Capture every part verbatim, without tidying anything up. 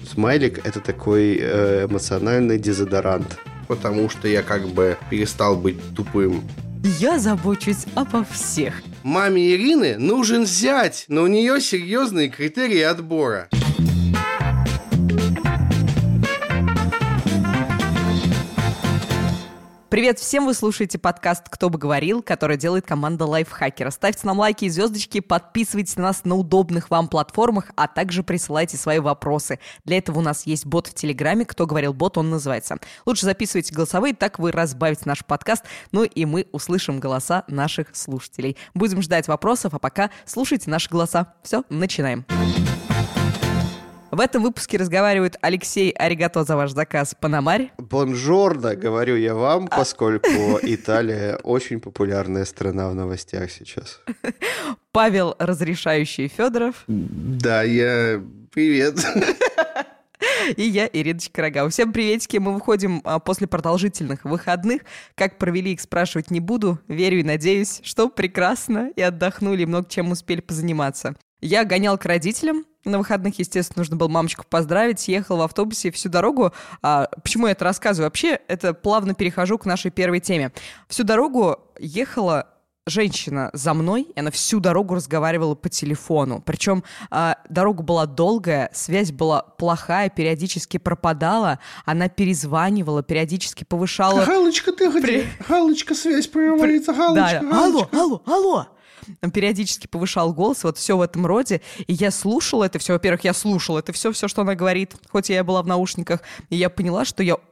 Смайлик — это такой э, эмоциональный дезодорант. Потому что я как бы перестал быть тупым. Я забочусь обо всех. Маме Ирины нужен зять, но у нее серьезные критерии отбора. Привет всем, вы слушаете подкаст «Кто бы говорил», который делает команда Лайфхакера. Ставьте нам лайки и звездочки, подписывайтесь на нас на удобных вам платформах, а также присылайте свои вопросы. Для этого у нас есть бот в Телеграме «Кто говорил бот», он называется. Лучше записывайте голосовые, так вы разбавите наш подкаст, ну и мы услышим голоса наших слушателей. Будем ждать вопросов, а пока слушайте наши голоса. Все, начинаем. В этом выпуске разговаривают Алексей, аригато за ваш заказ, Панамарь. Бонжорно, говорю я вам, поскольку Италия очень популярная страна в новостях сейчас. Павел, разрешающий Федоров. Да, я... Привет. И я, Ириночка Рогава. Всем приветики, мы выходим а, после продолжительных выходных. Как провели их, спрашивать не буду. Верю и надеюсь, что прекрасно и отдохнули, и много чем успели позаниматься. Я гонял к родителям. На выходных, естественно, нужно было мамочку поздравить. Ехал в автобусе всю дорогу. А, почему я это рассказываю? Вообще, это плавно перехожу к нашей первой теме. Всю дорогу ехала женщина за мной, и она всю дорогу разговаривала по телефону. Причем а, дорога была долгая, связь была плохая, периодически пропадала. Она перезванивала, периодически повышала... Галочка, ты где? При... Галочка, связь прерывается, Галочка, да. Галочка. Алло, алло, алло! Он периодически повышал голос, вот все в этом роде. И я слушала это все. Во-первых, я слушала это все, все, что она говорит, хоть я и была в наушниках. И я поняла, что я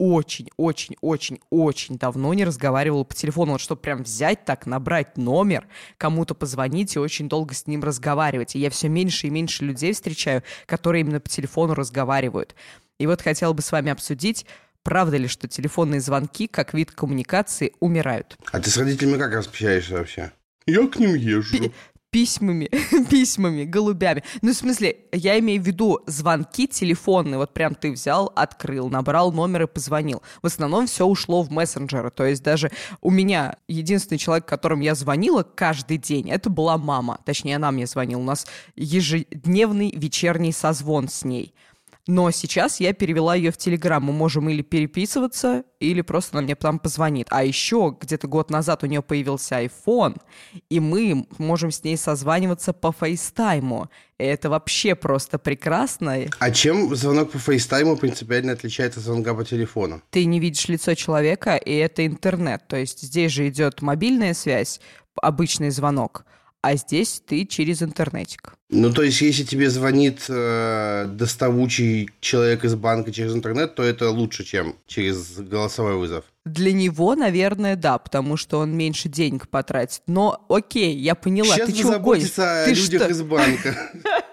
очень-очень-очень-очень давно не разговаривала по телефону. Вот чтобы прям взять так, набрать номер, кому-то позвонить и очень долго с ним разговаривать. И я все меньше и меньше людей встречаю, которые именно по телефону разговаривают. И вот хотела бы с вами обсудить, правда ли, что телефонные звонки, как вид коммуникации, умирают. А ты с родителями как общаешься вообще? Я к ним езжу. Пи- письмами, письмами, голубями. Ну, в смысле, я имею в виду звонки телефонные. Вот прям ты взял, открыл, набрал номер и позвонил. В основном все ушло в мессенджеры. То есть даже у меня единственный человек, которому я звонила каждый день, это была мама. Точнее, она мне звонила. У нас ежедневный вечерний созвон с ней. Но сейчас я перевела ее в Телеграм. Мы можем или переписываться, или просто она мне там позвонит. А еще где-то год назад у нее появился айфон, и мы можем с ней созваниваться по фейстайму. И это вообще просто прекрасно. А чем звонок по фейстайму принципиально отличается от звонка по телефону? Ты не видишь лицо человека, и это интернет. То есть здесь же идет мобильная связь, обычный звонок, а здесь ты через интернетик. Ну, то есть, если тебе звонит э, доставучий человек из банка через интернет, то это лучше, чем через голосовой вызов. Для него, наверное, да, потому что он меньше денег потратит. Но окей, я поняла. Сейчас ты чего заботиться о ты людях что? из банка.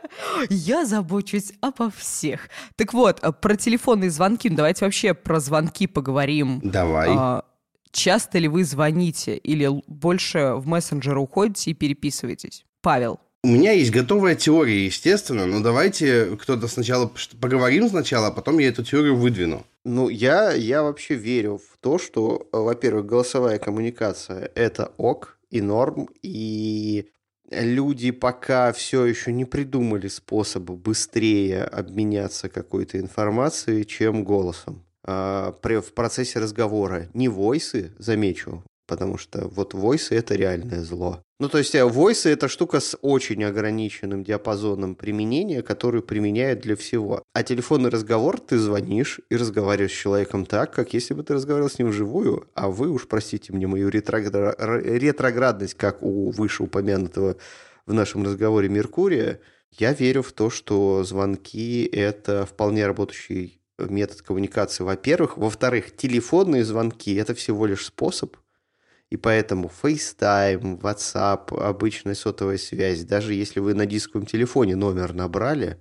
Я забочусь обо всех. Так вот, про телефонные звонки. Давайте вообще про звонки поговорим. Давай. Часто ли вы звоните или больше в мессенджеры уходите и переписываетесь? Павел. У меня есть готовая теория, естественно, но давайте кто-то сначала поговорим сначала, а потом я эту теорию выдвину. Ну, я, я вообще верю в то, что, во-первых, голосовая коммуникация – это ок и норм, и люди пока все еще не придумали способа быстрее обменяться какой-то информацией, чем голосом. В процессе разговора не войсы, замечу, потому что вот войсы – это реальное зло. Ну, то есть войсы – это штука с очень ограниченным диапазоном применения, который применяют для всего. А телефонный разговор ты звонишь и разговариваешь с человеком так, как если бы ты разговаривал с ним вживую, а вы уж, простите мне мою ретрогра... ретроградность, как у вышеупомянутого в нашем разговоре Меркурия, я верю в то, что звонки – это вполне работающий метод коммуникации, во-первых. Во-вторых, телефонные звонки – это всего лишь способ, и поэтому FaceTime, WhatsApp, обычная сотовая связь, даже если вы на дисковом телефоне номер набрали,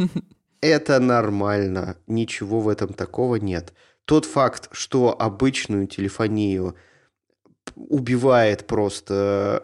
это нормально, ничего в этом такого нет. Тот факт, что обычную телефонию убивает просто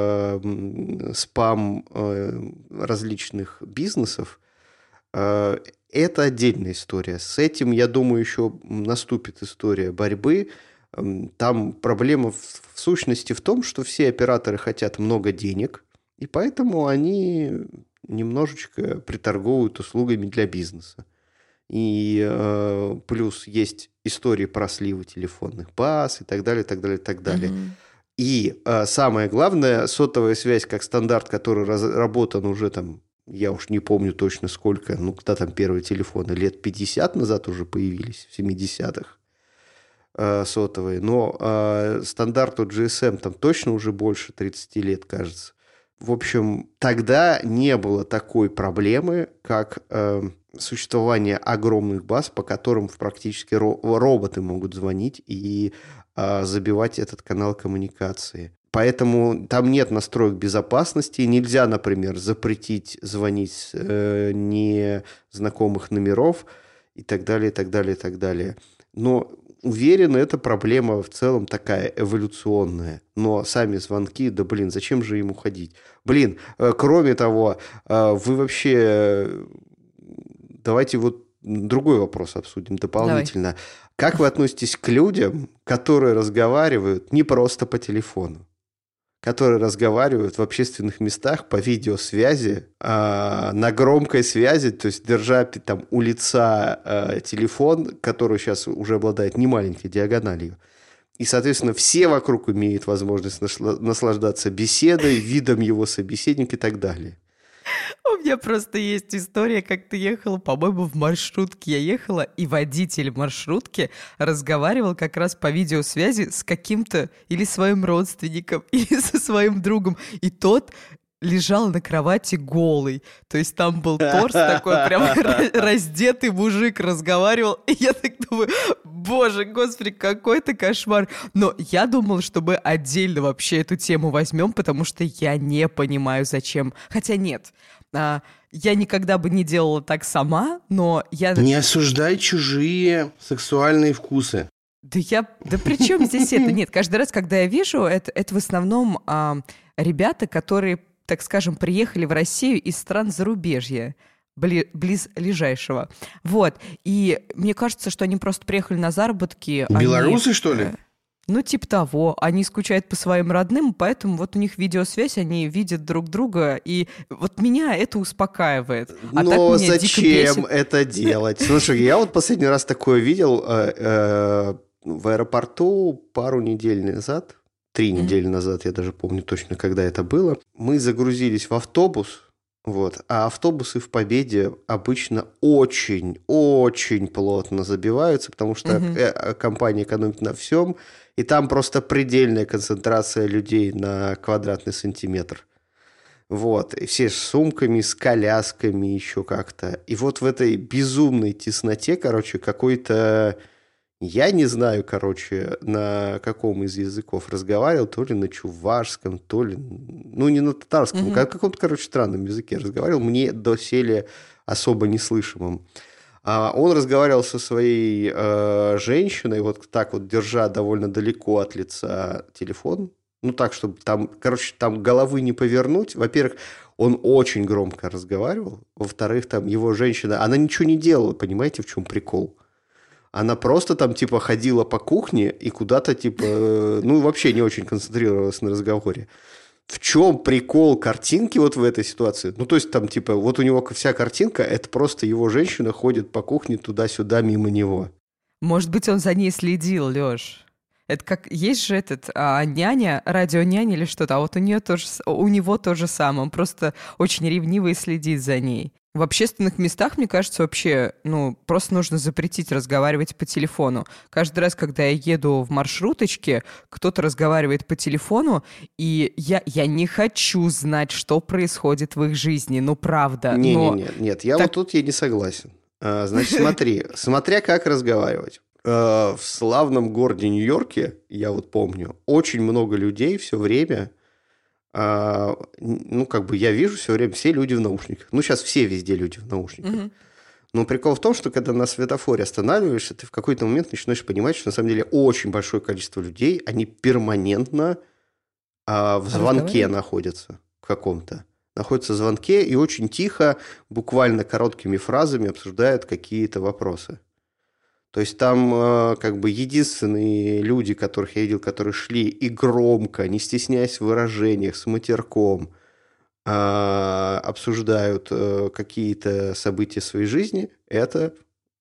э, спам э, различных бизнесов, э, это отдельная история. С этим, я думаю, еще наступит история борьбы. Там проблема в, в сущности в том, что все операторы хотят много денег, и поэтому они немножечко приторговывают услугами для бизнеса. И э, плюс есть истории про сливы телефонных баз и так далее, так далее, так далее. Мгм. И э, самое главное, сотовая связь как стандарт, который разработан уже там, я уж не помню точно сколько, ну, когда там первые телефоны, лет пятьдесят назад уже появились, в семидесятых, э, сотовые. Но э, стандарту джи эс эм там точно уже больше тридцать лет, кажется. В общем, тогда не было такой проблемы, как э, существование огромных баз, по которым практически ро- роботы могут звонить и э, забивать этот канал коммуникации. Поэтому там нет настроек безопасности. Нельзя, например, запретить звонить с э, незнакомых номеров и так далее, и так далее, и так далее. Но уверен, эта проблема в целом такая эволюционная. Но сами звонки, да блин, зачем же им уходить? Блин, э, кроме того, э, вы вообще... э, Давайте вот другой вопрос обсудим Давай. дополнительно. Как вы относитесь к людям, которые разговаривают не просто по телефону, которые разговаривают в общественных местах по видеосвязи, а, на громкой связи, то есть держа пи- там у лица а, телефон, который сейчас уже обладает немаленькой диагональю. И, соответственно, все вокруг имеют возможность нашла- наслаждаться беседой, видом его собеседника и так далее. У меня просто есть история, как ты ехала, по-моему, в маршрутке. Я ехала, и водитель маршрутки разговаривал как раз по видеосвязи с каким-то или своим родственником, или со своим другом. И тот лежал на кровати голый. То есть там был торс такой, прям ра- раздетый мужик разговаривал. И я так думаю, боже, господи, какой-то кошмар. Но я думала, что мы отдельно вообще эту тему возьмем, потому что я не понимаю, зачем. Хотя нет, а, я никогда бы не делала так сама, но я... Не осуждай чужие сексуальные вкусы. Да я... Да при чем здесь это? Нет, каждый раз, когда я вижу, это, это в основном а, ребята, которые, так скажем, приехали в Россию из стран зарубежья, бли- близлежащего. Вот. И мне кажется, что они просто приехали на заработки. они, Белорусы, что ли? э, Ну, типа того. Они скучают по своим родным, поэтому вот у них видеосвязь, они видят друг друга, и вот меня это успокаивает. А так Но меня дико зачем бесит. это делать? Слушай, я вот последний раз такое видел э, э, в аэропорту пару недель назад, три Мгм. недели назад, я даже помню точно, когда это было. Мы загрузились в автобус, вот, а автобусы в Победе обычно очень-очень плотно забиваются, потому что Мгм. э, компания экономит на всем, и там просто предельная концентрация людей на квадратный сантиметр. Вот, и все с сумками, с колясками еще как-то. И вот в этой безумной тесноте, короче, какой-то... Я не знаю, короче, на каком из языков разговаривал, то ли на чувашском, то ли... Ну, не на татарском, Мгм. как каком-то, короче, странном языке разговаривал, мне доселе особо неслышимым. А он разговаривал со своей э, женщиной, вот так вот, держа довольно далеко от лица телефон. Ну, так, чтобы там, короче, там головы не повернуть. Во-первых, он очень громко разговаривал. Во-вторых, там его женщина, она ничего не делала, понимаете, в чем прикол? Она просто там, типа, ходила по кухне и куда-то, типа, э, ну, вообще не очень концентрировалась на разговоре. В чем прикол картинки вот в этой ситуации? Ну, то есть, там, типа, вот у него вся картинка, это просто его женщина ходит по кухне туда-сюда мимо него. Может быть, он за ней следил, Лёш. Это как есть же этот а, няня, радионяня или что-то, а вот у нее тоже, с- у него то же самое. Он просто очень ревниво и следит за ней. В общественных местах, мне кажется, вообще, ну, просто нужно запретить разговаривать по телефону. Каждый раз, когда я еду в маршруточке, кто-то разговаривает по телефону, и я, я не хочу знать, что происходит в их жизни, ну, правда. Но Не-не-не, нет, я вот так... тут я не согласен. А, значит, смотри, смотря как разговаривать. А, в славном городе Нью-Йорке, я вот помню, очень много людей все время, а, н- ну, как бы я вижу все время, все люди в наушниках. Ну, сейчас все везде люди в наушниках. Мгм. Но прикол в том, что когда на светофоре останавливаешься, ты в какой-то момент начинаешь понимать, что на самом деле очень большое количество людей, они перманентно а, в звонке Разговаривают? находятся в каком-то. Находятся в звонке и очень тихо, буквально короткими фразами обсуждают какие-то вопросы. То есть там э, как бы единственные люди, которых я видел, которые шли и громко, не стесняясь в выражениях, с матерком, а, обсуждают э, какие-то события своей жизни, это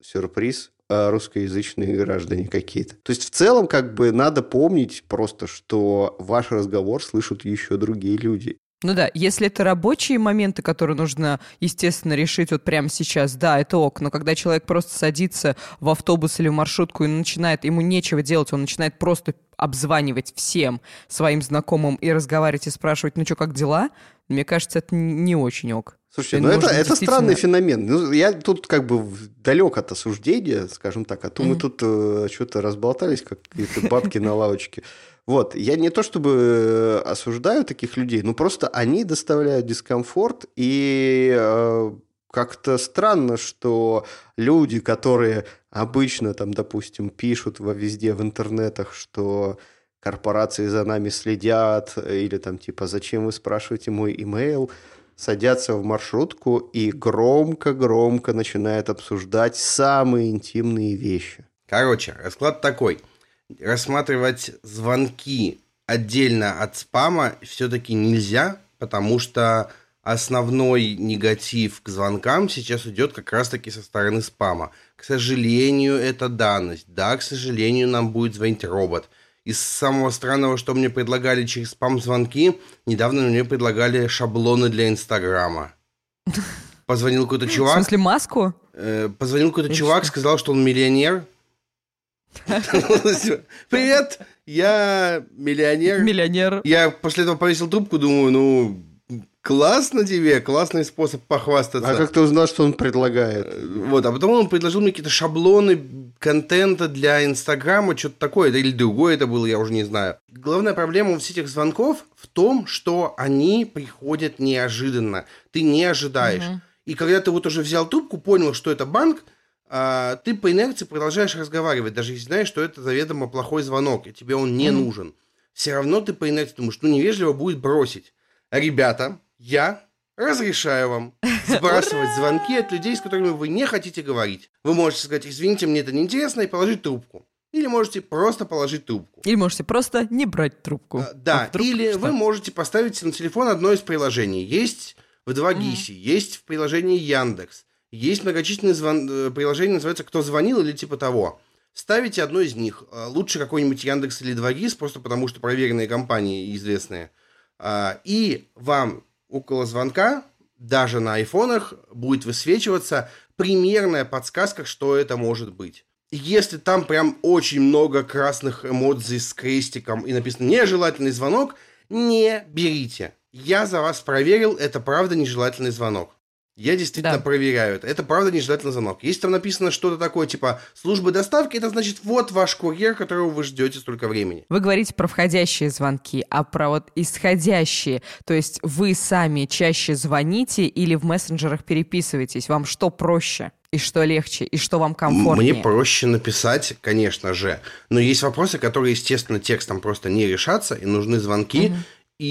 сюрприз, русскоязычные граждане какие-то. То есть в целом как бы надо помнить просто, что ваш разговор слышат еще другие люди. Ну да, если это рабочие моменты, которые нужно, естественно, решить вот прямо сейчас, да, это ок, но когда человек просто садится в автобус или в маршрутку и начинает, ему нечего делать, он начинает просто обзванивать всем своим знакомым и разговаривать и спрашивать, ну что, как дела? Мне кажется, это не очень ок. Слушай, ну это, это действительно... странный феномен. Ну, я тут как бы далек от осуждения, скажем так, а то mm-hmm. мы тут э, что-то разболтались, как какие-то бабки на лавочке. Вот, я не то чтобы осуждаю таких людей, но просто они доставляют дискомфорт, и э, как-то странно, что люди, которые обычно, там, допустим, пишут во везде в интернетах, что корпорации за нами следят, или там типа «Зачем вы спрашиваете мой имейл?», садятся в маршрутку и громко-громко начинают обсуждать самые интимные вещи. Короче, расклад такой. Рассматривать звонки отдельно от спама все-таки нельзя, потому что основной негатив к звонкам сейчас идет как раз-таки со стороны спама. К сожалению, это данность. Да, к сожалению, нам будет звонить робот. Из самого странного, что мне предлагали через спам-звонки, недавно мне предлагали шаблоны для Инстаграма. Позвонил какой-то чувак. В смысле, маску? Э, позвонил какой-то Или чувак, что? Сказал, что он миллионер. Привет, я миллионер. Миллионер. Я после этого повесил трубку, думаю, ну, классно тебе, классный способ похвастаться. А как ты узнал, что он предлагает? Вот, а потом он предложил мне какие-то шаблоны контента для Инстаграма, что-то такое, или другое это было, я уже не знаю. Главная проблема у всех этих звонков в том, что они приходят неожиданно. Ты не ожидаешь. Угу. И когда ты вот уже взял трубку, понял, что это банк, ты по инерции продолжаешь разговаривать, даже если знаешь, что это заведомо плохой звонок, и тебе он не mm-hmm. нужен. Все равно ты по инерции думаешь, ну, невежливо будет бросить. Ребята, я разрешаю вам сбрасывать звонки от людей, с которыми вы не хотите говорить. Вы можете сказать, извините, мне это неинтересно, и положить трубку. Или можете просто положить трубку. Или можете просто не брать трубку. А, да, а или что? Вы можете поставить на телефон одно из приложений. Есть в два гиси, mm-hmm. есть в приложении Яндекс. Есть многочисленные звон... приложения, называется «Кто звонил» или типа того. Ставите одно из них. Лучше какой-нибудь Яндекс или два гис, просто потому что проверенные компании известные. И вам около звонка, даже на айфонах, будет высвечиваться примерная подсказка, что это может быть. Если там прям очень много красных эмодзи с крестиком и написано «нежелательный звонок», не берите. Я за вас проверил, это правда нежелательный звонок. Я действительно да. проверяю это. Это правда нежелательный звонок. Если там написано что-то такое, типа службы доставки, это значит вот ваш курьер, которого вы ждете столько времени. Вы говорите про входящие звонки, а про вот исходящие. То есть вы сами чаще звоните или в мессенджерах переписываетесь? Вам что проще? И что легче? И что вам комфортнее? Мне проще написать, конечно же. Но есть вопросы, которые, естественно, текстом просто не решатся, и нужны звонки. Угу.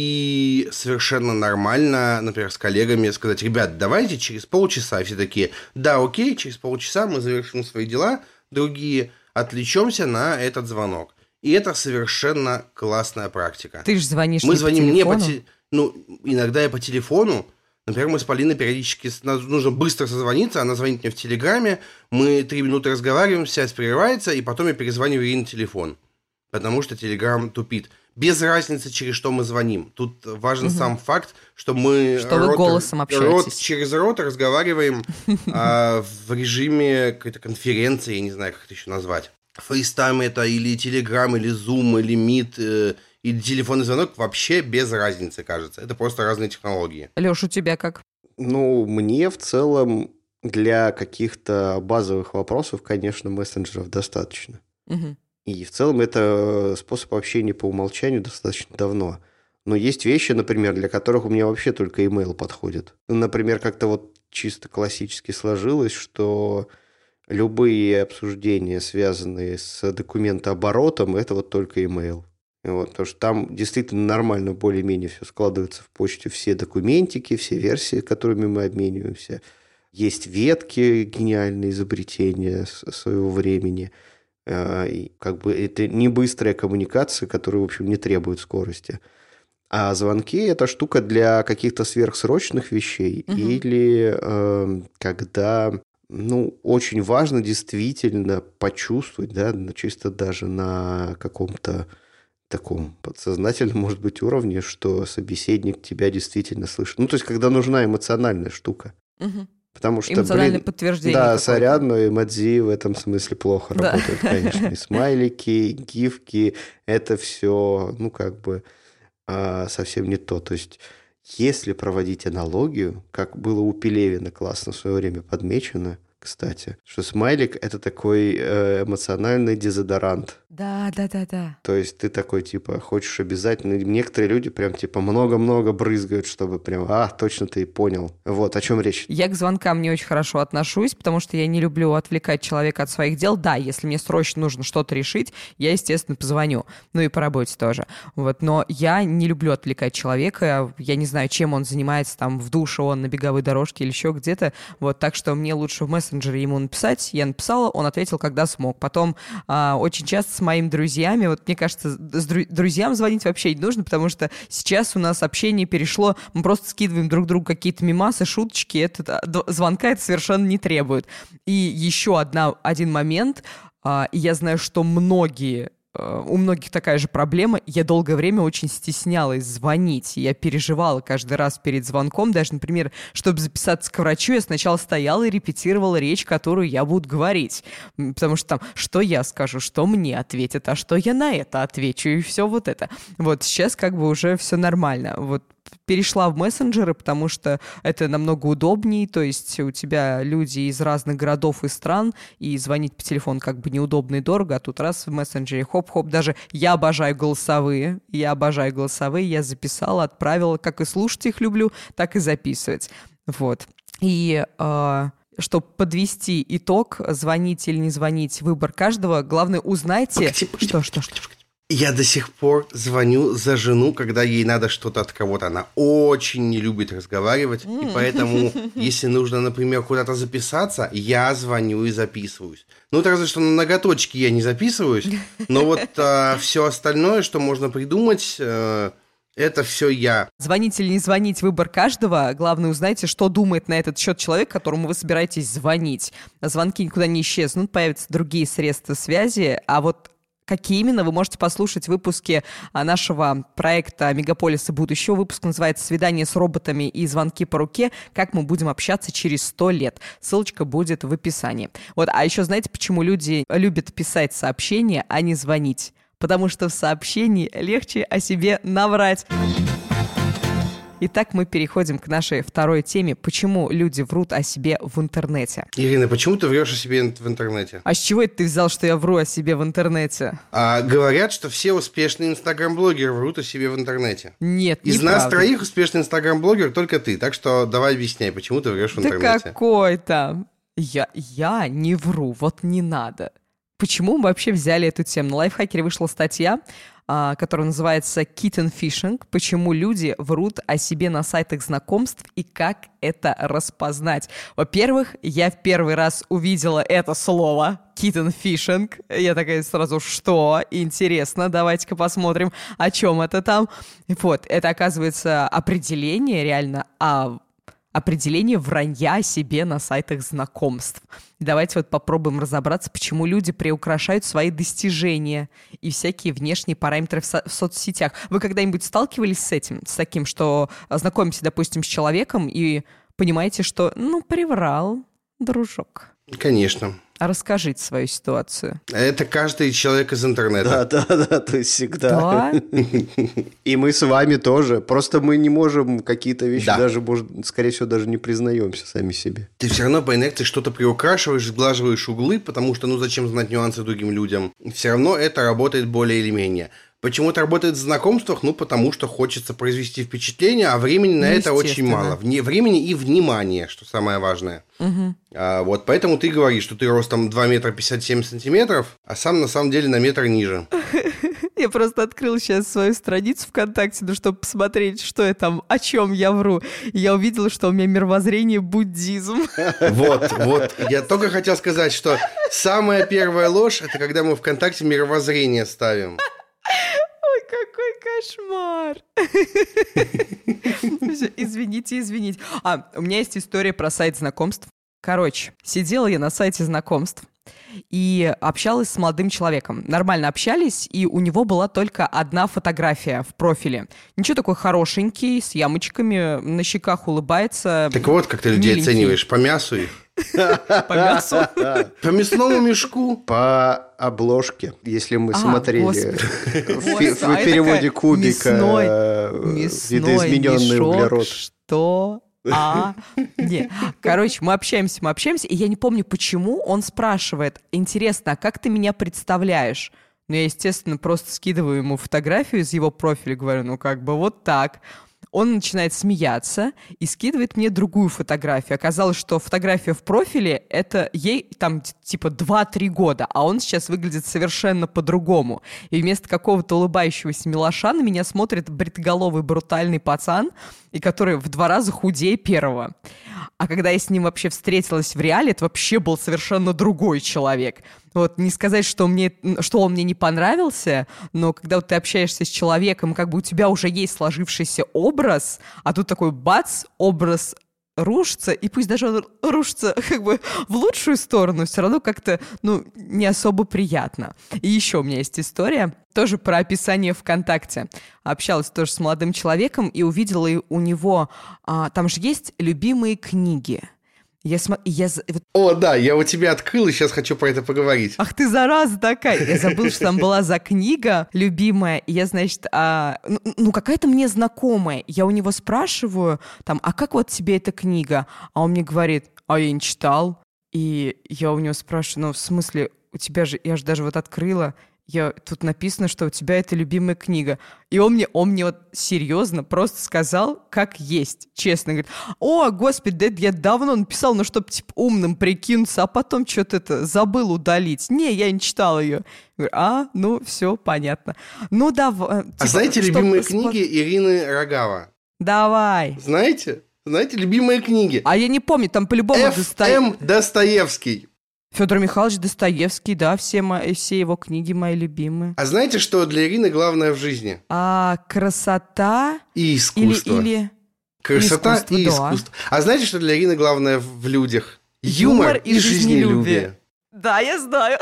И совершенно нормально, например, с коллегами сказать, ребят, давайте через полчаса. Все такие, да, окей, через полчаса мы завершим свои дела, другие отвлечемся на этот звонок. И это совершенно классная практика. Ты же звонишь мы не звоним по телефону? Не по те... Ну, иногда я по телефону. Например, мы с Полиной периодически, нужно быстро созвониться, она звонит мне в Телеграме, мы три минуты разговариваем, связь прерывается, и потом я перезваниваю ей на телефон, потому что Телеграм тупит. Без разницы, через что мы звоним. Тут важен угу. сам факт, что мы что рот, вы голосом общаетесь. Рот через рот разговариваем а, в режиме какой-то конференции, я не знаю, как это еще назвать. FaceTime это или Telegram, или Zoom, или Meet, э, или телефонный звонок, вообще без разницы, кажется. Это просто разные технологии. Лёш, у тебя как? Ну, мне в целом для каких-то базовых вопросов, конечно, мессенджеров достаточно. Угу. И в целом это способ общения по умолчанию достаточно давно. Но есть вещи, например, для которых у меня вообще только email подходит. Например, как-то вот чисто классически сложилось, что любые обсуждения, связанные с документооборотом, это вот только email. Вот, потому что там действительно нормально более-менее все складывается в почте, все документики, все версии, которыми мы обмениваемся. Есть ветки, гениальные изобретения своего времени. И как бы это не быстрая коммуникация, которая, в общем, не требует скорости. А звонки – это штука для каких-то сверхсрочных вещей угу. или э, когда ну, очень важно действительно почувствовать, да, чисто даже на каком-то таком подсознательном, может быть, уровне, что собеседник тебя действительно слышит. Ну, то есть, когда нужна эмоциональная штука. Угу. Потому что, эмоциональное блин, подтверждение. Да, какое-то. сорян, но эмодзи в этом смысле плохо да. работают, конечно. И смайлики, и гифки, это все, ну, как бы а, совсем не то. То есть, если проводить аналогию, как было у Пелевина классно в свое время подмечено, кстати, что смайлик – это такой э, эмоциональный дезодорант. Да, да, да, да. То есть ты такой, типа, хочешь обязательно... Некоторые люди прям, типа, много-много брызгают, чтобы прям, а, точно ты понял. Вот, о чем речь. Я к звонкам не очень хорошо отношусь, потому что я не люблю отвлекать человека от своих дел. Да, если мне срочно нужно что-то решить, я, естественно, позвоню. Ну и по работе тоже. Вот, но я не люблю отвлекать человека. Я не знаю, чем он занимается, там, в душе, он на беговой дорожке или еще где-то. Вот, так что мне лучше в мессенджере ему написать. Я написала, он ответил, когда смог. Потом а, очень часто с моими друзьями, вот мне кажется, с дру- друзьям звонить вообще не нужно, потому что сейчас у нас общение перешло, мы просто скидываем друг другу какие-то мемасы, шуточки, это, звонка это совершенно не требует. И еще одна, один момент, а, и я знаю, что многие у многих такая же проблема. Я долгое время очень стеснялась звонить. Я переживала каждый раз перед звонком. Даже, например, чтобы записаться к врачу, я сначала стояла и репетировала речь, которую я буду говорить. Потому что там, что я скажу, что мне ответят, а что я на это отвечу, и все вот это. Вот сейчас как бы уже все нормально. Вот перешла в мессенджеры, потому что это намного удобнее, то есть у тебя люди из разных городов и стран, и звонить по телефону как бы неудобно и дорого, а тут раз в мессенджере хоп-хоп, даже я обожаю голосовые, я обожаю голосовые, я записала, отправила, как и слушать их люблю, так и записывать, вот. И... Э- чтобы подвести итог, звонить или не звонить, выбор каждого, главное узнайте... Погоди, погоди, что, погоди, что, погоди, погоди. Я до сих пор звоню за жену, когда ей надо что-то от кого-то. Она очень не любит разговаривать, mm. и поэтому, если нужно, например, куда-то записаться, я звоню и записываюсь. Ну, это разве что на ноготочки я не записываюсь, но вот а, все остальное, что можно придумать... А, это все я. Звонить или не звонить, выбор каждого. Главное, узнайте, что думает на этот счет человек, которому вы собираетесь звонить. Звонки никуда не исчезнут, появятся другие средства связи, а вот какие именно, вы можете послушать в выпуске нашего проекта «Мегаполисы будущего». Выпуск называется «Свидание с роботами и звонки по руке. Как мы будем общаться через сто лет». Ссылочка будет в описании. Вот, а еще знаете, почему люди любят писать сообщения, а не звонить? Потому что в сообщении легче о себе наврать. Итак, мы переходим к нашей второй теме. Почему люди врут о себе в интернете? Ирина, почему ты врешь о себе в интернете? А с чего это ты взял, что я вру о себе в интернете? А, говорят, что все успешные инстаграм-блогеры врут о себе в интернете. Нет, Из неправда. нас троих успешный инстаграм-блогер только ты. Так что давай объясняй, почему ты врешь в интернете. Да какой там? Я, я не вру, вот не надо. Почему мы вообще взяли эту тему? На Лайфхакере вышла статья, которая называется «Kitten Phishing. Почему люди врут о себе на сайтах знакомств и как это распознать». Во-первых, я в первый раз увидела это слово «Kitten Phishing». Я такая сразу, что? Интересно, давайте-ка посмотрим, о чем это там. Вот, это, оказывается, определение реально о... определение вранья о себе на сайтах знакомств. Давайте вот попробуем разобраться, почему люди приукрашают свои достижения и всякие внешние параметры в, со- в соцсетях. Вы когда-нибудь сталкивались с этим, с таким, что знакомитесь, допустим, с человеком и понимаете, что, ну, приврал, дружок? Конечно. А расскажите свою ситуацию. Это каждый человек из интернета. Да, да, да, то есть всегда. Да? И мы с вами тоже. Просто мы не можем какие-то вещи, Да. даже, может, скорее всего, даже не признаемся сами себе. Ты все равно по инерции что-то приукрашиваешь, сглаживаешь углы, потому что, ну, зачем знать нюансы другим людям? Все равно это работает более или менее. Почему это работает в знакомствах? Ну, потому что хочется произвести впечатление, а времени на Ну, это очень естественно. мало. Вне- времени и внимания, что самое важное. Угу. А, вот поэтому ты говоришь, что ты ростом два метра пятьдесят семь сантиметров, а сам на самом деле на метр ниже. Я просто открыла сейчас свою страницу ВКонтакте, ну, чтобы посмотреть, что я там, о чем я вру. И я увидела, что у меня мировоззрение буддизм. Вот, вот. Я только хотел сказать, что самая первая ложь – это когда мы ВКонтакте мировоззрение ставим. Ой, какой кошмар. Всё, извините, извините. А, у меня есть история про сайт знакомств. Короче, сидела я на сайте знакомств и общалась с молодым человеком. Нормально общались, и у него была только одна фотография в профиле. Ничего, такой хорошенький, с ямочками, на щеках улыбается. Так вот, как ты людей миленький. оцениваешь, по мясу их. По мясу? По мясному мешку. По обложке, если мы А, смотрели господи. в, Господи, в а я переводе такая, кубика мясной- э, Мясной видоизмененный мешок, углерод. что? А, не. Короче, мы общаемся, мы общаемся, и я не помню, почему он спрашивает, интересно, а как ты меня представляешь? Ну, я, естественно, просто скидываю ему фотографию из его профиля, говорю, ну, как бы вот так. Он начинает смеяться и скидывает мне другую фотографию. Оказалось, что фотография в профиле, это ей там типа два-три года, а он сейчас выглядит совершенно по-другому. И вместо какого-то улыбающегося милаша на меня смотрит бритоголовый брутальный пацан, и который в два раза худее первого. А когда я с ним вообще встретилась в реале, это вообще был совершенно другой человек. Вот не сказать, что, мне, что он мне не понравился, но когда вот ты общаешься с человеком, как бы у тебя уже есть сложившийся образ, а тут такой бац, образ рушится, и пусть даже он рушится как бы в лучшую сторону, все равно как-то, ну, не особо приятно. И еще у меня есть история, тоже про описание ВКонтакте. Общалась тоже с молодым человеком и увидела у него, а, там же есть любимые книги. Я см... я... О, да, я у тебя открыл, и сейчас хочу про это поговорить. Ах ты, зараза такая! Я забыла, что там была за книга любимая, и я, значит, а, ну, ну, какая-то мне знакомая. Я у него спрашиваю, там, а как вот тебе эта книга? А он мне говорит, а я не читал. И я у него спрашиваю, ну, в смысле, у тебя же, я же даже вот открыла, я, тут написано, что у тебя это любимая книга. И он мне, он мне вот серьезно просто сказал, как есть. Честно говорит, о, господи, да это я давно написал, ну, чтобы, типа, умным прикинуться, а потом что-то это забыл удалить. Не, я не читал ее. Я говорю, а, ну, все, понятно. Ну, давай. Типа, а знаете чтоб- любимые спо- книги Ирины Рогава? Давай. Знаете? Знаете, любимые книги? А я не помню, там по-любому Ф. Досто... М. Достоевский. Федор Михайлович Достоевский, да, все, мои, все его книги мои любимые. А знаете, что для Ирины главное в жизни? А красота И или... искусство. или... Красота искусство, и да. искусство. А знаете, что для Ирины главное в людях? Юмор Юмор и и жизнелюбие. Да, я знаю.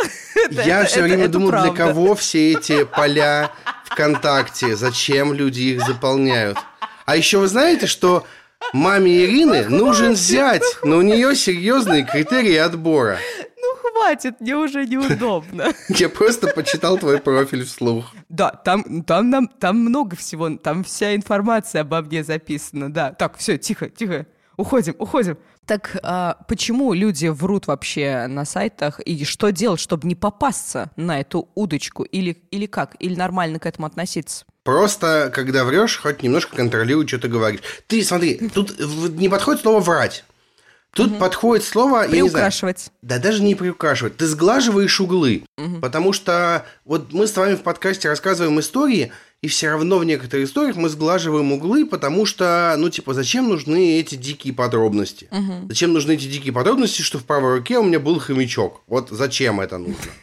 Я все время думал, для кого все эти поля ВКонтакте, зачем люди их заполняют. А еще вы знаете, что маме Ирины нужен зять, но у нее серьезные критерии отбора. Ну, хватит, мне уже неудобно. Я просто почитал твой профиль вслух. Да, там, там, нам, там много всего, там вся информация обо мне записана, да. Так, все, тихо, тихо, уходим, уходим. Так а, почему люди врут вообще на сайтах, и что делать, чтобы не попасться на эту удочку, или, или как, или нормально к этому относиться? Просто, когда врешь, хоть немножко контролируй, что ты говоришь. Ты, смотри, тут не подходит слово «врать». Тут угу. подходит слово... Приукрашивать. Я не знаю, да даже не приукрашивать. Ты сглаживаешь углы. Угу. Потому что вот мы с вами в подкасте рассказываем истории, и все равно в некоторых историях мы сглаживаем углы, потому что, ну, типа, зачем нужны эти дикие подробности? Угу. Зачем нужны эти дикие подробности, что в правой руке у меня был хомячок? Вот зачем это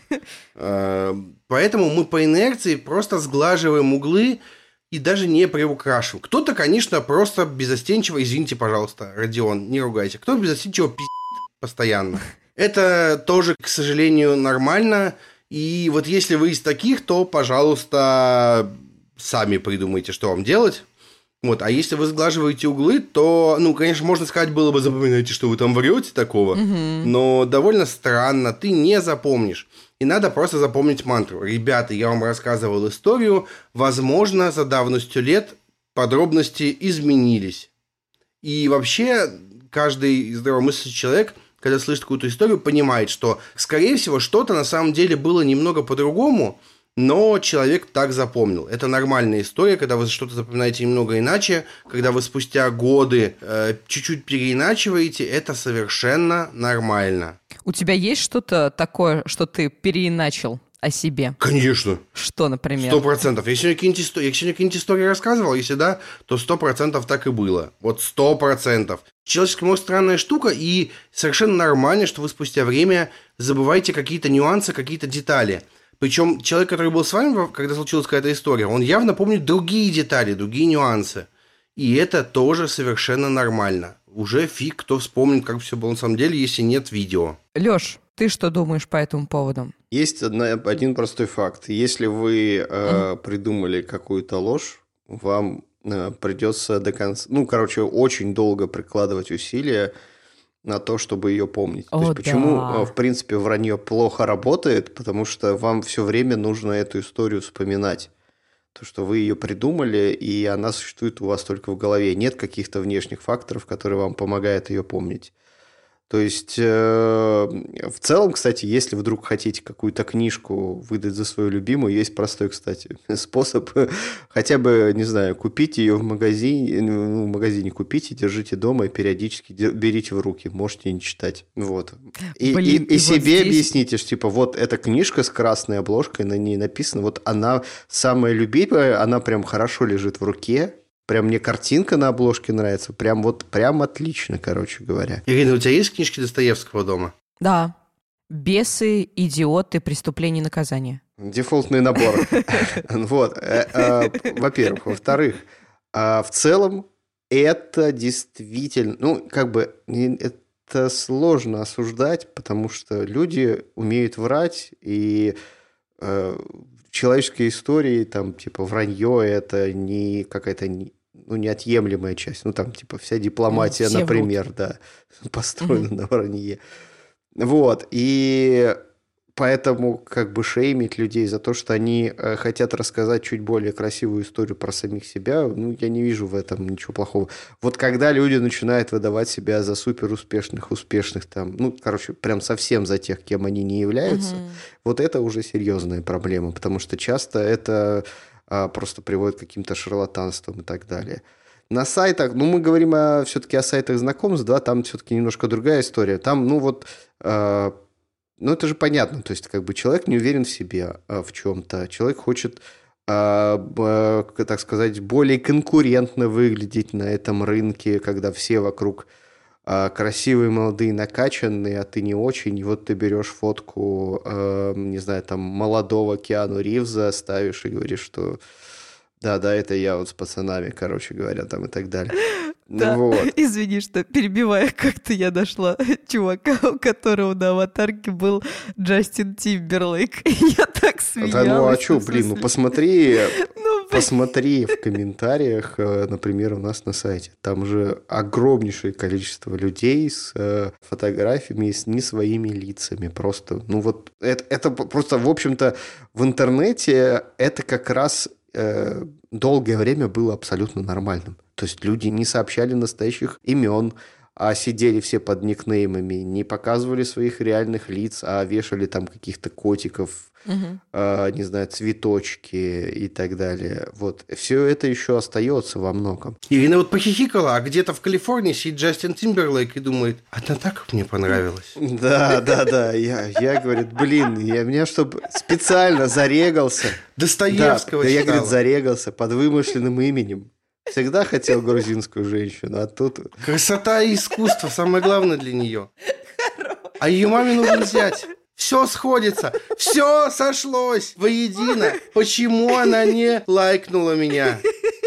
нужно? Поэтому мы по инерции просто сглаживаем углы и даже не приукрашиваем. Кто-то, конечно, просто безостенчиво, извините, пожалуйста, Родион, не ругайся, кто безостенчиво пи***т постоянно. Это тоже, к сожалению, нормально. И вот если вы из таких, то, пожалуйста, сами придумайте, что вам делать. Вот. А если вы сглаживаете углы, то, ну, конечно, можно сказать было бы, запоминайте, что вы там врете такого, угу. но довольно странно, ты не запомнишь. И надо просто запомнить мантру. Ребята, я вам рассказывал историю, возможно, за давностью лет подробности изменились. И вообще, каждый здравомыслящий человек, когда слышит какую-то историю, понимает, что, скорее всего, что-то на самом деле было немного по-другому, но человек так запомнил. Это нормальная история, когда вы что-то запоминаете немного иначе, когда вы спустя годы э, чуть-чуть переиначиваете, это совершенно нормально. У тебя есть что-то такое, что ты переиначил о себе? Конечно. Что, например? Сто процентов. Я сегодня какие-нибудь истории, я сегодня какие-нибудь истории рассказывал, если да, то сто процентов так и было. Вот сто процентов. Человеческий мозг странная штука, и совершенно нормально, что вы спустя время забываете какие-то нюансы, какие-то детали. Причем человек, который был с вами, когда случилась какая-то история, он явно помнит другие детали, другие нюансы. И это тоже совершенно нормально. уже фиг кто вспомнит, как все было на самом деле, если нет видео. Лёш, ты что думаешь по этому поводу? Есть одна, один простой факт. Если вы э, mm. придумали какую-то ложь, вам э, придется до конца... Ну, короче, очень долго прикладывать усилия на то, чтобы ее помнить. О, то есть, почему, да. в принципе, вранье плохо работает? Потому что вам все время нужно эту историю вспоминать. То, что вы ее придумали, и она существует у вас только в голове. Нет каких-то внешних факторов, которые вам помогают ее помнить. То есть, э, в целом, кстати, если вдруг хотите какую-то книжку выдать за свою любимую, есть простой, кстати, способ хотя бы, не знаю, купить ее в магазине, ну, в магазине купите, держите дома и периодически берите в руки, можете не читать. Вот. И, Блин, и, и, и себе вот здесь... объясните, что типа вот эта книжка с красной обложкой, на ней написано, вот она самая любимая, она прям хорошо лежит в руке. Прям мне картинка на обложке нравится. Прям вот, прям отлично, короче говоря. Ирина, у тебя есть книжки Достоевского дома? Да. «Бесы, идиоты, преступление и наказание». Дефолтный набор. Вот. Во-первых. Во-вторых, в целом это действительно... Ну, как бы это сложно осуждать, потому что люди умеют врать, и... человеческой истории, там, типа, вранье – это не какая-то, ну, неотъемлемая часть. Ну, там, типа, вся дипломатия, Все например, врут. да, построена на вранье. Вот, и поэтому, как бы, шеймить людей за то, что они хотят рассказать чуть более красивую историю про самих себя, ну, я не вижу в этом ничего плохого. Вот когда люди начинают выдавать себя за суперуспешных, успешных, там, ну, короче, прям совсем за тех, кем они не являются, угу. Вот это уже серьезная проблема, потому что часто это а, просто приводит к каким-то шарлатанствам и так далее. На сайтах, ну, мы говорим о, все-таки о сайтах знакомств, да, там все-таки немножко другая история. Там, ну, вот... А, Ну, это же понятно, то есть, как бы человек не уверен в себе а, в чем-то, человек хочет, а, а, так сказать, более конкурентно выглядеть на этом рынке, когда все вокруг а, красивые, молодые, накачанные, а ты не очень, и вот ты берешь фотку, а, не знаю, там, молодого Киану Ривза, ставишь и говоришь, что да-да, это я вот с пацанами, короче говоря, там и так далее. Да, вот. Извини, что перебивая, как-то я нашла чувака, у которого на аватарке был Джастин Тимберлейк. Я так смеялась. Да, ну а что, блин, ну посмотри, ну, посмотри в комментариях, например, у нас на сайте. Там же огромнейшее количество людей с фотографиями, с не своими лицами. Просто, ну вот, это, это просто, в общем-то, в интернете это как раз э, долгое время было абсолютно нормальным. То есть люди не сообщали настоящих имен, а сидели все под никнеймами, не показывали своих реальных лиц, а вешали там каких-то котиков, угу. э, не знаю, цветочки и так далее. Вот. Все это еще остается во многом. Ирина вот похихикала, а где-то в Калифорнии сидит Джастин Тимберлейк и думает, она так мне понравилась. Да, да, да. Я, я говорю, блин, я меня чтобы специально зарегался. Достоевского да, читала. Я, говорит, зарегался под вымышленным именем. Всегда хотел грузинскую женщину, а тут... Красота и искусство, самое главное для нее. А ее маме нужно взять. Все сходится, все сошлось воедино. Почему она не лайкнула меня?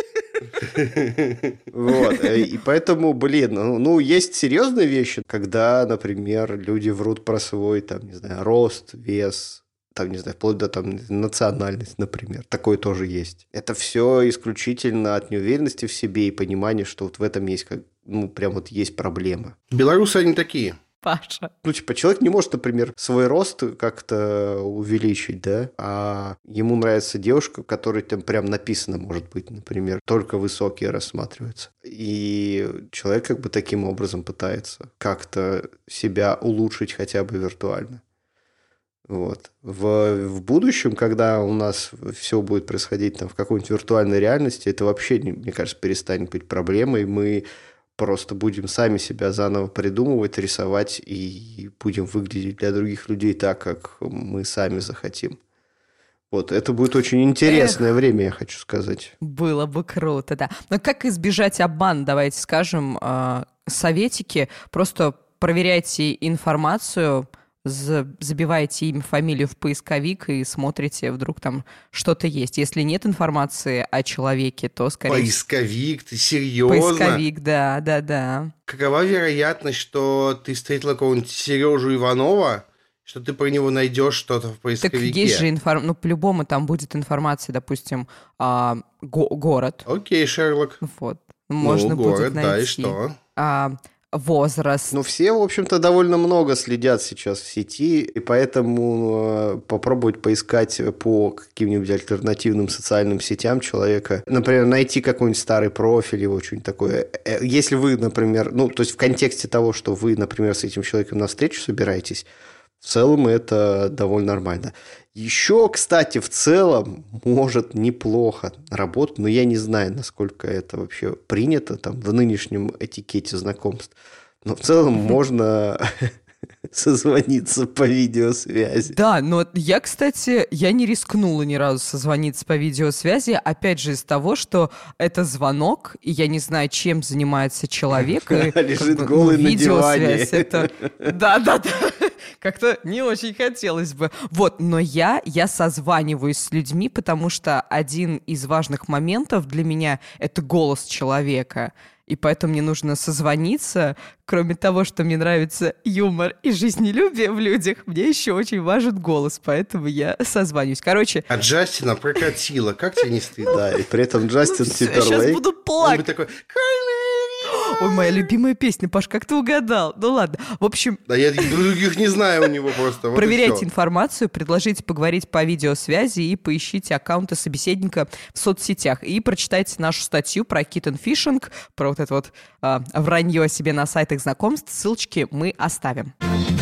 Вот, и поэтому, блин, ну, ну, есть серьезные вещи, когда, например, люди врут про свой, там, не знаю, рост, вес... там, не знаю, вплоть до там, национальность, например. Такое тоже есть. Это все исключительно от неуверенности в себе и понимания, что вот в этом есть, как, ну, прям вот есть проблема. Белорусы, они такие. Паша. Ну, типа, человек не может, например, свой рост как-то увеличить, да, а ему нравится девушка, которой там прям написано, может быть, например, только высокие рассматриваются. И человек как бы таким образом пытается как-то себя улучшить хотя бы виртуально. Вот. В, в будущем, когда у нас все будет происходить там, в какой-нибудь виртуальной реальности, это вообще, мне кажется, перестанет быть проблемой. Мы просто будем сами себя заново придумывать, рисовать и будем выглядеть для других людей так, как мы сами захотим. Вот. Это будет очень интересное Эх, время, я хочу сказать. Было бы круто, да. Но как избежать обмана, давайте скажем, советики. Просто проверяйте информацию забиваете имя, фамилию в поисковик и смотрите, вдруг там что-то есть. Если нет информации о человеке, то скорее... Поисковик? Ты серьезно? Поисковик, да, да, да. Какова вероятность, что ты встретила какого-нибудь Сережу Иванова, что ты про него найдешь что-то в поисковике? Так есть же информация, ну, по-любому там будет информация, допустим, а, го- город. Окей, Шерлок. Вот. Можно ну, будет город, найти. Да, и что? А, возраст. Ну, все, в общем-то, довольно много следят сейчас в сети, и поэтому э, попробовать поискать по каким-нибудь альтернативным социальным сетям человека, например, найти какой-нибудь старый профиль, его что-нибудь такое. Если вы, например, ну, то есть в контексте того, что вы, например, с этим человеком на встречу собираетесь, в целом это довольно нормально. Еще, кстати, в целом может неплохо работать, но я не знаю, насколько это вообще принято там в нынешнем этикете знакомств. Но в целом можно созвониться по видеосвязи. Да, но я, кстати, я не рискнула ни разу созвониться по видеосвязи, опять же из того, что это звонок, и я не знаю, чем занимается человек. Лежит голый на диване. Да-да-да. Как-то не очень хотелось бы. Вот, но я, я созваниваюсь с людьми, потому что один из важных моментов для меня — это голос человека. И поэтому мне нужно созвониться. Кроме того, что мне нравится юмор и жизнелюбие в людях, мне еще очень важен голос, поэтому я созваниваюсь. Короче... А Джастина прокатило. Как тебе не стыдно? Да, и при этом Джастин Тимберлейк... Я сейчас буду плакать. Он бы такой... Ой, моя любимая песня, Паш, как ты угадал? Ну ладно, в общем... Да я других не знаю у него просто. Вот проверяйте информацию, предложите поговорить по видеосвязи и поищите аккаунты собеседника в соцсетях. И прочитайте нашу статью про киттенфишинг, про вот это вот а, вранье себе на сайтах знакомств. Ссылочки мы оставим.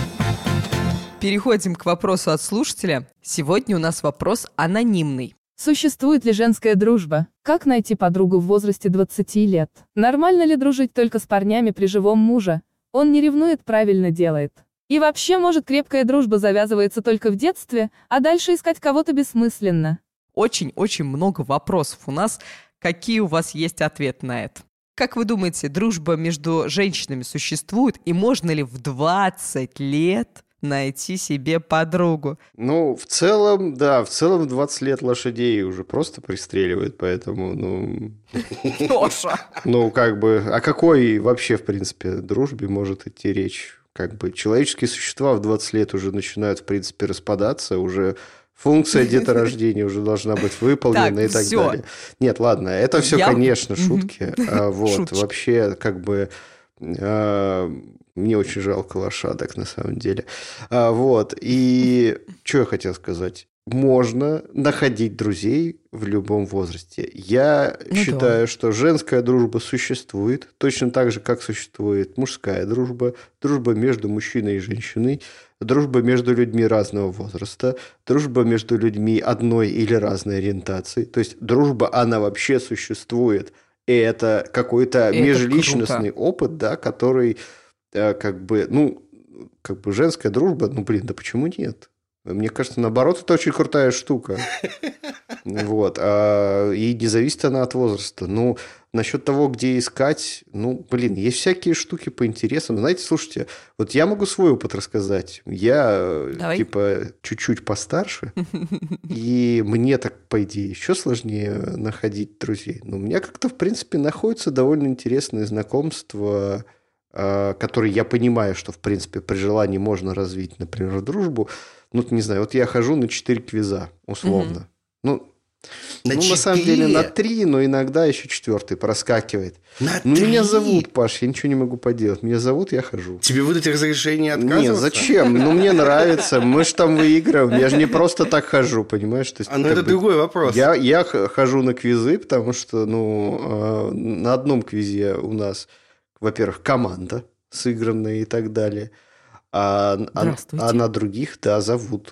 Переходим к вопросу от слушателя. Сегодня у нас вопрос анонимный. Существует ли женская дружба? Как найти подругу в возрасте двадцати лет? Нормально ли дружить только с парнями при живом муже? Он не ревнует, правильно делает. И вообще, может, крепкая дружба завязывается только в детстве, а дальше искать кого-то бессмысленно? Очень-очень много вопросов у нас. Какие у вас есть ответы на это? Как вы думаете, дружба между женщинами существует? И можно ли в двадцать лет... найти себе подругу? Ну, в целом, да, в целом в двадцать лет лошадей уже просто пристреливают, поэтому, ну... Тоша! Ну, как бы, о какой вообще, в принципе, дружбе может идти речь? Как бы человеческие существа в двадцать лет уже начинают, в принципе, распадаться, уже функция деторождения уже должна быть выполнена и так далее. Нет, ладно, это все, конечно, шутки. Вот, вообще, как бы... Мне очень жалко лошадок, на самом деле. А, вот. И что я хотел сказать? Можно находить друзей в любом возрасте. Я ну считаю, да. что женская дружба существует, точно так же, как существует мужская дружба, дружба между мужчиной и женщиной, дружба между людьми разного возраста, дружба между людьми одной или разной ориентации. То есть дружба, она вообще существует. И это какой-то это межличностный круто. Опыт, да, который... как бы, ну, как бы женская дружба, ну, блин, да почему нет? Мне кажется, наоборот, это очень крутая штука. Вот. И не зависит она от возраста. Ну, насчет того, где искать, ну, блин, есть всякие штуки по интересам. Знаете, слушайте, вот я могу свой опыт рассказать. Я, Давай. типа, чуть-чуть постарше, и мне так, по идее, еще сложнее находить друзей. Но у меня как-то, в принципе, находятся довольно интересные знакомства, который я понимаю, что, в принципе, при желании можно развить, например, дружбу. Ну, не знаю, вот я хожу на четыре квиза, условно. Mm-hmm. Ну, на, ну на самом деле, на три, но иногда еще четвертый проскакивает. На ну, меня зовут, Паш, я ничего не могу поделать. Меня зовут, я хожу. Тебе выдать разрешение отказываться? Нет, зачем? Ну, мне нравится, мы же там выигрываем. Я же не просто так хожу, понимаешь? То есть, а, ну, это бы, другой вопрос. Я, я хожу на квизы, потому что, ну, на одном квизе у нас... Во-первых, команда сыгранная и так далее. А, а, а на других, да, зовут.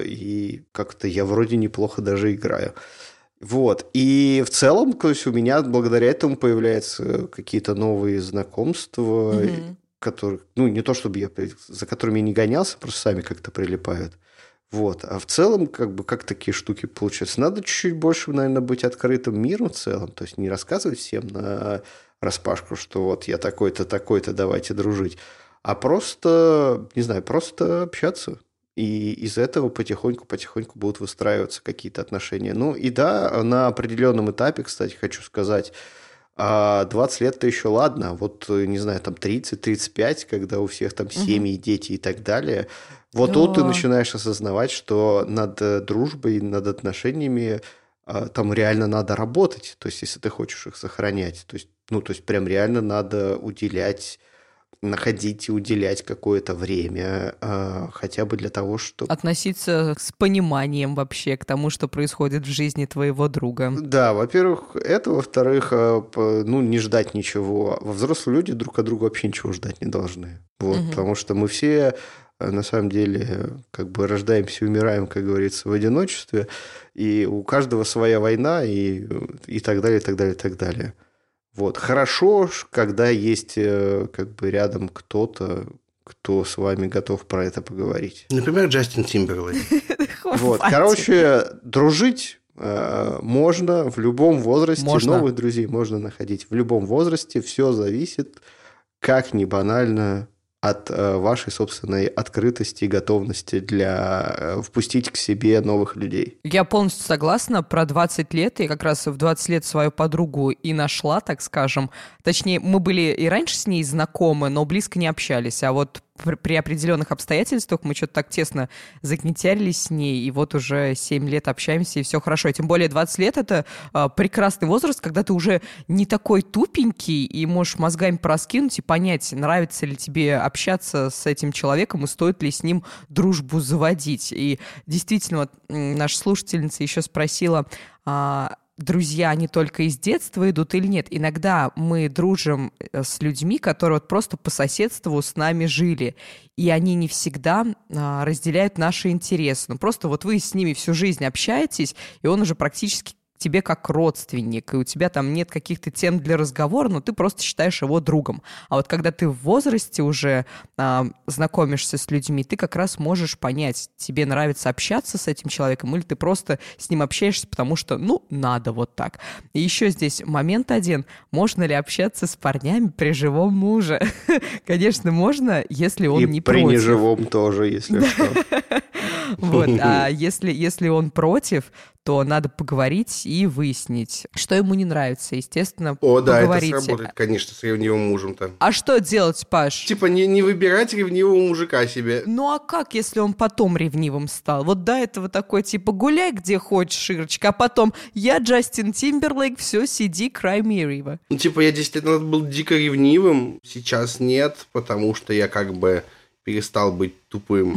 И как-то я вроде неплохо даже играю. Вот. И в целом, то есть у меня благодаря этому появляются какие-то новые знакомства, mm-hmm. которые, ну, не то чтобы я, за которыми я не гонялся, просто сами как-то прилипают. Вот. А в целом, как бы, как такие штуки получаются? Надо чуть-чуть больше, наверное, быть открытым миру в целом. То есть не рассказывать всем на... распашку, что вот я такой-то, такой-то, давайте дружить. а просто, не знаю, просто общаться. И из этого потихоньку-потихоньку будут выстраиваться какие-то отношения. Ну и да, на определенном этапе, кстати, хочу сказать, двадцать лет-то еще ладно, вот, не знаю, там тридцать-тридцать пять, когда у всех там семьи, угу. дети и так далее, вот да. тут ты начинаешь осознавать, что над дружбой, над отношениями там реально надо работать, то есть если ты хочешь их сохранять, то есть, ну, то есть прям реально надо уделять, находить и уделять какое-то время, э, хотя бы для того, чтобы... Относиться с пониманием вообще к тому, что происходит в жизни твоего друга. Да, во-первых, это, во-вторых, э, ну, не ждать ничего. Во взрослые люди друг от друга вообще ничего ждать не должны. Вот, угу. Потому что мы все, на самом деле, как бы рождаемся и умираем, как говорится, в одиночестве, и у каждого своя война, и, и так далее, и так далее, и так далее. Вот. Хорошо, когда есть как бы рядом кто-то, кто с вами готов про это поговорить. Например, Джастин Тимберлейк. Вот. Короче, дружить э, можно в любом возрасте. Можно. Новых друзей можно находить в любом возрасте. Все зависит, как ни банально, от э, вашей собственной открытости и готовности для э, впустить к себе новых людей. Я полностью согласна про двадцать лет. Я как раз в двадцать лет свою подругу и нашла, так скажем. Точнее, мы были и раньше с ней знакомы, но близко не общались. А вот при определенных обстоятельствах мы что-то так тесно загнетярились с ней, и вот уже семь лет общаемся, и все хорошо. И тем более двадцать лет — это э, прекрасный возраст, когда ты уже не такой тупенький, и можешь мозгами пораскинуть и понять, нравится ли тебе общаться с этим человеком, и стоит ли с ним дружбу заводить. И действительно, вот наша слушательница еще спросила... А, друзья, они только из детства идут или нет? Иногда мы дружим с людьми, которые вот просто по соседству с нами жили, и они не всегда а, разделяют наши интересы. Ну, просто вот вы с ними всю жизнь общаетесь, и он уже практически тебе как родственник, и у тебя там нет каких-то тем для разговора, но ты просто считаешь его другом. А вот когда ты в возрасте уже а, знакомишься с людьми, ты как раз можешь понять, тебе нравится общаться с этим человеком, или ты просто с ним общаешься, потому что, ну, надо вот так. И еще здесь момент один. Можно ли общаться с парнями при живом муже? Конечно, можно, если он не против. И при неживом тоже, если что. Вот, а если, если он против, то надо поговорить и выяснить, что ему не нравится, естественно, О, да, поговорить. Это сработает, конечно, с ревнивым мужем-то. А что делать, Паш? Типа не, не выбирать ревнивого мужика себе. Ну а как, если он потом ревнивым стал? Вот до этого такой, типа, гуляй где хочешь, Ирочка, а потом я Джастин Тимберлейк, все, сиди, край мириво. Ну, типа, я десять лет назад был дико ревнивым, сейчас нет, потому что я как бы... перестал быть тупым.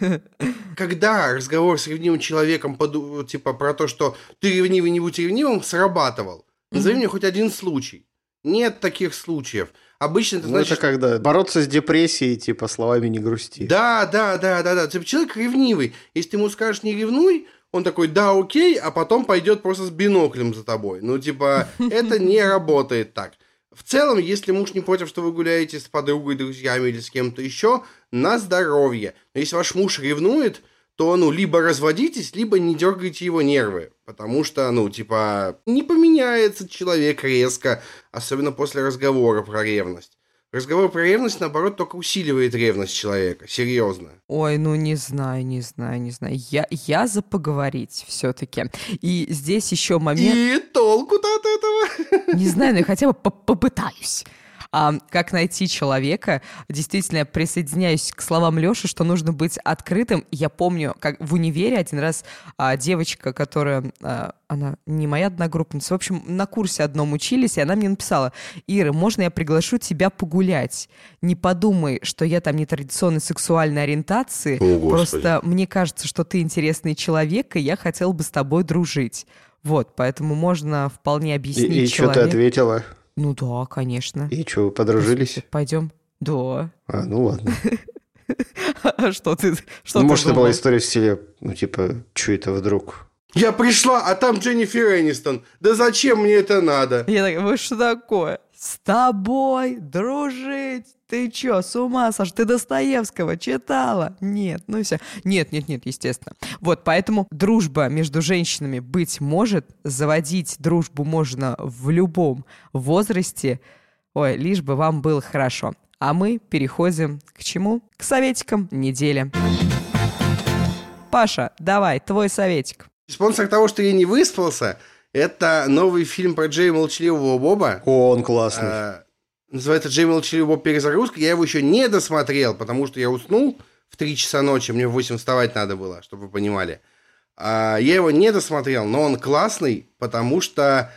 Когда разговор с ревнивым человеком, типа, про то, что ты ревнивый, не будь ревнивым, срабатывал. Назови мне хоть один случай. Нет таких случаев. Обычно это ну, значит... это когда бороться с депрессией, типа, словами не грусти. Да, да, да, да, да. Типа, человек ревнивый. Если ты ему скажешь не ревнуй, он такой, да, окей, а потом пойдет просто с биноклем за тобой. Ну, типа, это не работает так. В целом, если муж не против, что вы гуляете с подругой, друзьями или с кем-то еще, на здоровье. Но если ваш муж ревнует, то, ну, либо разводитесь, либо не дергайте его нервы. Потому что, ну, типа, не поменяется человек резко, особенно после разговора про ревность. Разговор про ревность, наоборот, только усиливает ревность человека. Серьезно. Ой, ну не знаю, не знаю, не знаю. Я, я за поговорить все-таки. И здесь еще момент... И толку-то от этого? Не знаю, но я хотя бы попытаюсь. А, как найти человека. Действительно, я присоединяюсь к словам Лёши, что нужно быть открытым. Я помню, как в универе один раз а, девочка, которая, а, она не моя одногруппница, в общем, на курсе одном учились, и она мне написала: Ира, можно я приглашу тебя погулять? Не подумай, что я там нетрадиционной сексуальной ориентации, О, просто мне кажется, что ты интересный человек, и я хотела бы с тобой дружить. Вот, поэтому можно вполне объяснить и, и человеку. что ты ответила? Ну да, конечно. И что, вы подружились? Пойдем. Да. А, ну ладно. А что ты что Ну, ты может, это думал? была история в стиле, ну, типа, что это вдруг? Я пришла, а там Дженнифер Энистон. Да зачем мне это надо? Я такая, вы что такое? С тобой дружить? Ты чё, с ума сошла? Ты Достоевского читала? Нет, ну и все. Нет, нет, нет, естественно. Вот, поэтому дружба между женщинами быть может, заводить дружбу можно в любом возрасте, ой, лишь бы вам было хорошо. А мы переходим к чему? К советикам недели. Паша, давай, твой советик. Спонсор того, что я не выспался, это новый фильм про Джея Молчаливого Боба. О, он классный. А, называется «Джей Молчаливый Боб. Перезагрузка». Я его еще не досмотрел, потому что я уснул в три часа ночи, мне в восемь вставать надо было, чтобы вы понимали. А, я его не досмотрел, но он классный, потому что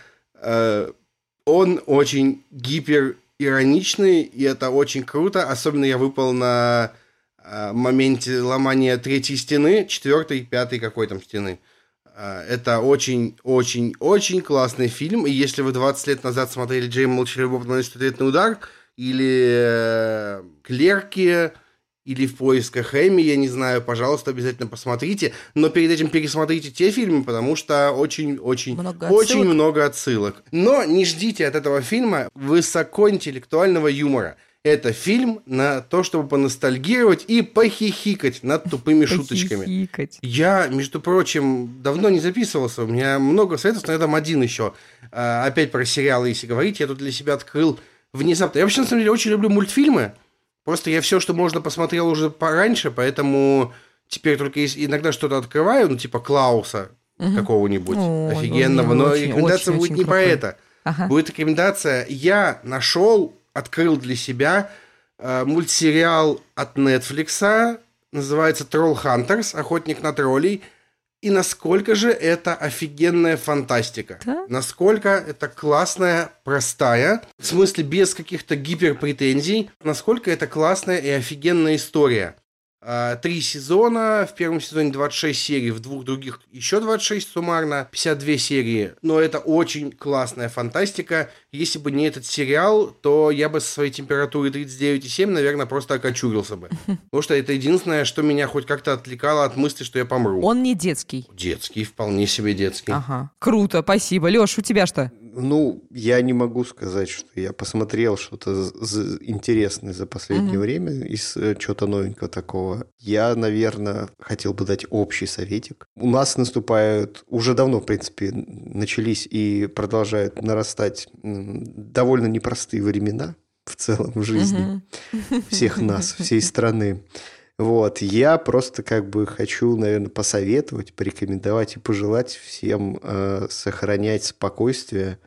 э, он очень гиперироничный, и это очень круто. Особенно я выпал на э, моменте ломания третьей стены, четвертой, пятой какой там стены. Э, это очень-очень-очень классный фильм, и если вы двадцать лет назад смотрели «Джей Молчаливый Боб. Наносит ответный удар», или э, «Клерки», или «В поисках Эми», я не знаю, пожалуйста, обязательно посмотрите. Но перед этим пересмотрите те фильмы, потому что очень-очень очень много отсылок. Но не ждите от этого фильма высокоинтеллектуального юмора. Это фильм на то, чтобы поностальгировать и похихикать над тупыми шуточками. Я, между прочим, давно не записывался. У меня много советов, но я там один еще. А, опять про сериалы, если говорить. Я тут для себя открыл внезапно. Я вообще, на самом деле, очень люблю мультфильмы. Просто я все, что можно, посмотрел уже пораньше, поэтому теперь только иногда что-то открываю, ну, типа Клауса угу. какого-нибудь О, офигенного, но очень, рекомендация очень, будет очень не крутой. Про это. Ага. Будет рекомендация. Я нашел, открыл для себя э, мультсериал от Netflix, называется Trollhunters, охотник на троллей. И насколько же это офигенная фантастика. Да? Насколько это классная, простая, в смысле без каких-то гиперпретензий, насколько это классная и офигенная история. Три сезона, в первом сезоне двадцать шесть серий, в двух других еще двадцать шесть суммарно, пятьдесят две серии. Но это очень классная фантастика. Если бы не этот сериал, то я бы со своей температурой тридцать девять и семь, наверное, просто окочурился бы. Потому что это единственное, что меня хоть как-то отвлекало от мысли, что я помру. Он не детский. Детский, вполне себе детский. Ага. Круто, спасибо. Лёш, у тебя что? Ну, я не могу сказать, что я посмотрел что-то интересное за последнее mm-hmm. время из чего-то новенького такого. Я, наверное, хотел бы дать общий советик. У нас наступают, уже давно, в принципе, начались и продолжают нарастать довольно непростые времена в целом в жизни mm-hmm. всех нас, всей страны. Вот, я просто как бы хочу, наверное, посоветовать, порекомендовать и пожелать всем э, сохранять спокойствие,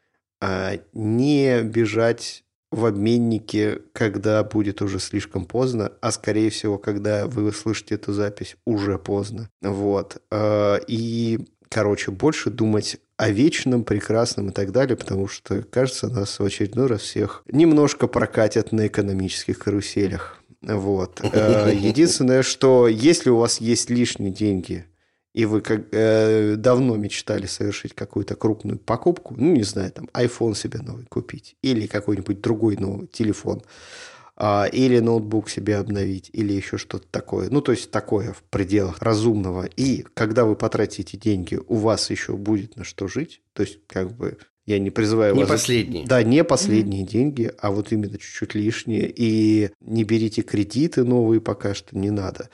э, не бежать в обменнике, когда будет уже слишком поздно, а скорее всего, когда вы услышите эту запись, уже поздно. Вот, э, и, короче, больше думать о вечном, прекрасном и так далее, потому что, кажется, нас в очередной раз всех немножко прокатят на экономических каруселях. Вот. Единственное, что если у вас есть лишние деньги, и вы как, э, давно мечтали совершить какую-то крупную покупку, ну, не знаю, там, iPhone себе новый купить, или какой-нибудь другой новый телефон, э, или ноутбук себе обновить, или еще что-то такое, ну, то есть такое в пределах разумного, и когда вы потратите деньги, у вас еще будет на что жить, то есть как бы... Я не призываю не вас... Не последние. Да, не последние mm-hmm. деньги, а вот именно чуть-чуть лишние. И не берите кредиты новые пока что, не надо.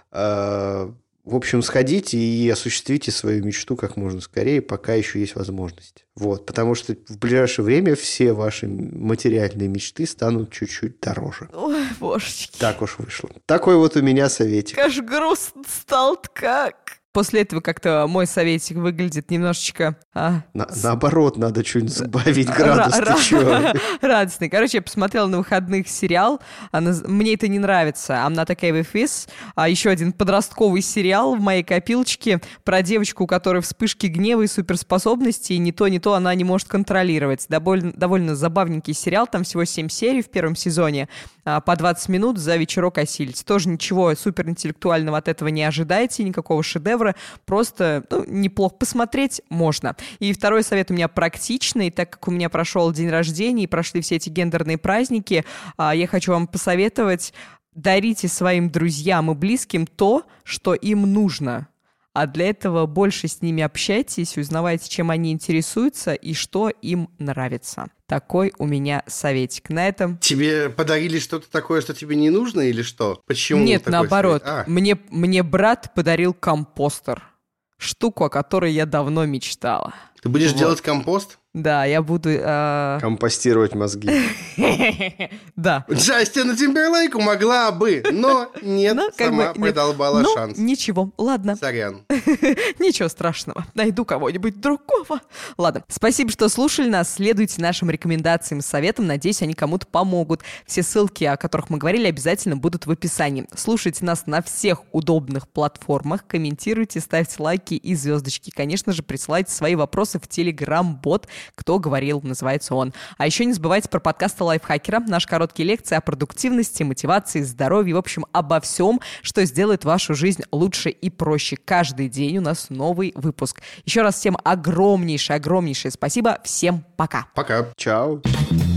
В общем, сходите и осуществите свою мечту как можно скорее, пока еще есть возможность. Вот, потому что в ближайшее время все ваши материальные мечты станут чуть-чуть дороже. Ой, божечки. Так уж вышло. Такой вот у меня советик. Аж грустно стал как... После этого как-то мой советик выглядит немножечко... А, на, с... Наоборот, надо что-нибудь сбавить градус. Ра- ты ра- радостный. Короче, я посмотрела на выходных сериал. Она... Мне это не нравится. I'm not okay with this. А еще один подростковый сериал в моей копилочке про девочку, у которой вспышки гнева и суперспособности, и ни то, ни то она не может контролировать. Довольно, довольно забавненький сериал. Там всего семь серий в первом сезоне. А, по двадцать минут за вечерок осилить. Тоже ничего суперинтеллектуального от этого не ожидайте. Никакого шедевра. Просто ну, неплохо посмотреть можно. И второй совет у меня практичный, так как у меня прошел день рождения и прошли все эти гендерные праздники, я хочу вам посоветовать: дарите своим друзьям и близким то, что им нужно. А для этого больше с ними общайтесь, узнавайте, чем они интересуются и что им нравится. Такой у меня советик. На этом... Тебе подарили что-то такое, что тебе не нужно, или что? Почему? Нет, наоборот. А. Мне, мне брат подарил компостер. Штуку, о которой я давно мечтала. Ты будешь вот. делать компост? Да, я буду... э, Компостировать мозги. Да. Джастину Тимберлейку могла бы, но нет, Ну, как сама бы нет. продолбала Ну, шанс. ничего, ладно. Сорян. Ничего страшного. Найду кого-нибудь другого. Ладно, спасибо, что слушали нас. Следуйте нашим рекомендациям и советам. Надеюсь, они кому-то помогут. Все ссылки, о которых мы говорили, обязательно будут в описании. Слушайте нас на всех удобных платформах. Комментируйте, ставьте лайки и звездочки. Конечно же, присылайте свои вопросы в Telegram-бот. «Кто говорил?» называется он. А еще не забывайте про подкасты Лайфхакера. Наши короткие лекции о продуктивности, мотивации, здоровье. В общем, обо всем, что сделает вашу жизнь лучше и проще. Каждый день у нас новый выпуск. Еще раз всем огромнейшее, огромнейшее спасибо. Всем пока. Пока. Чао.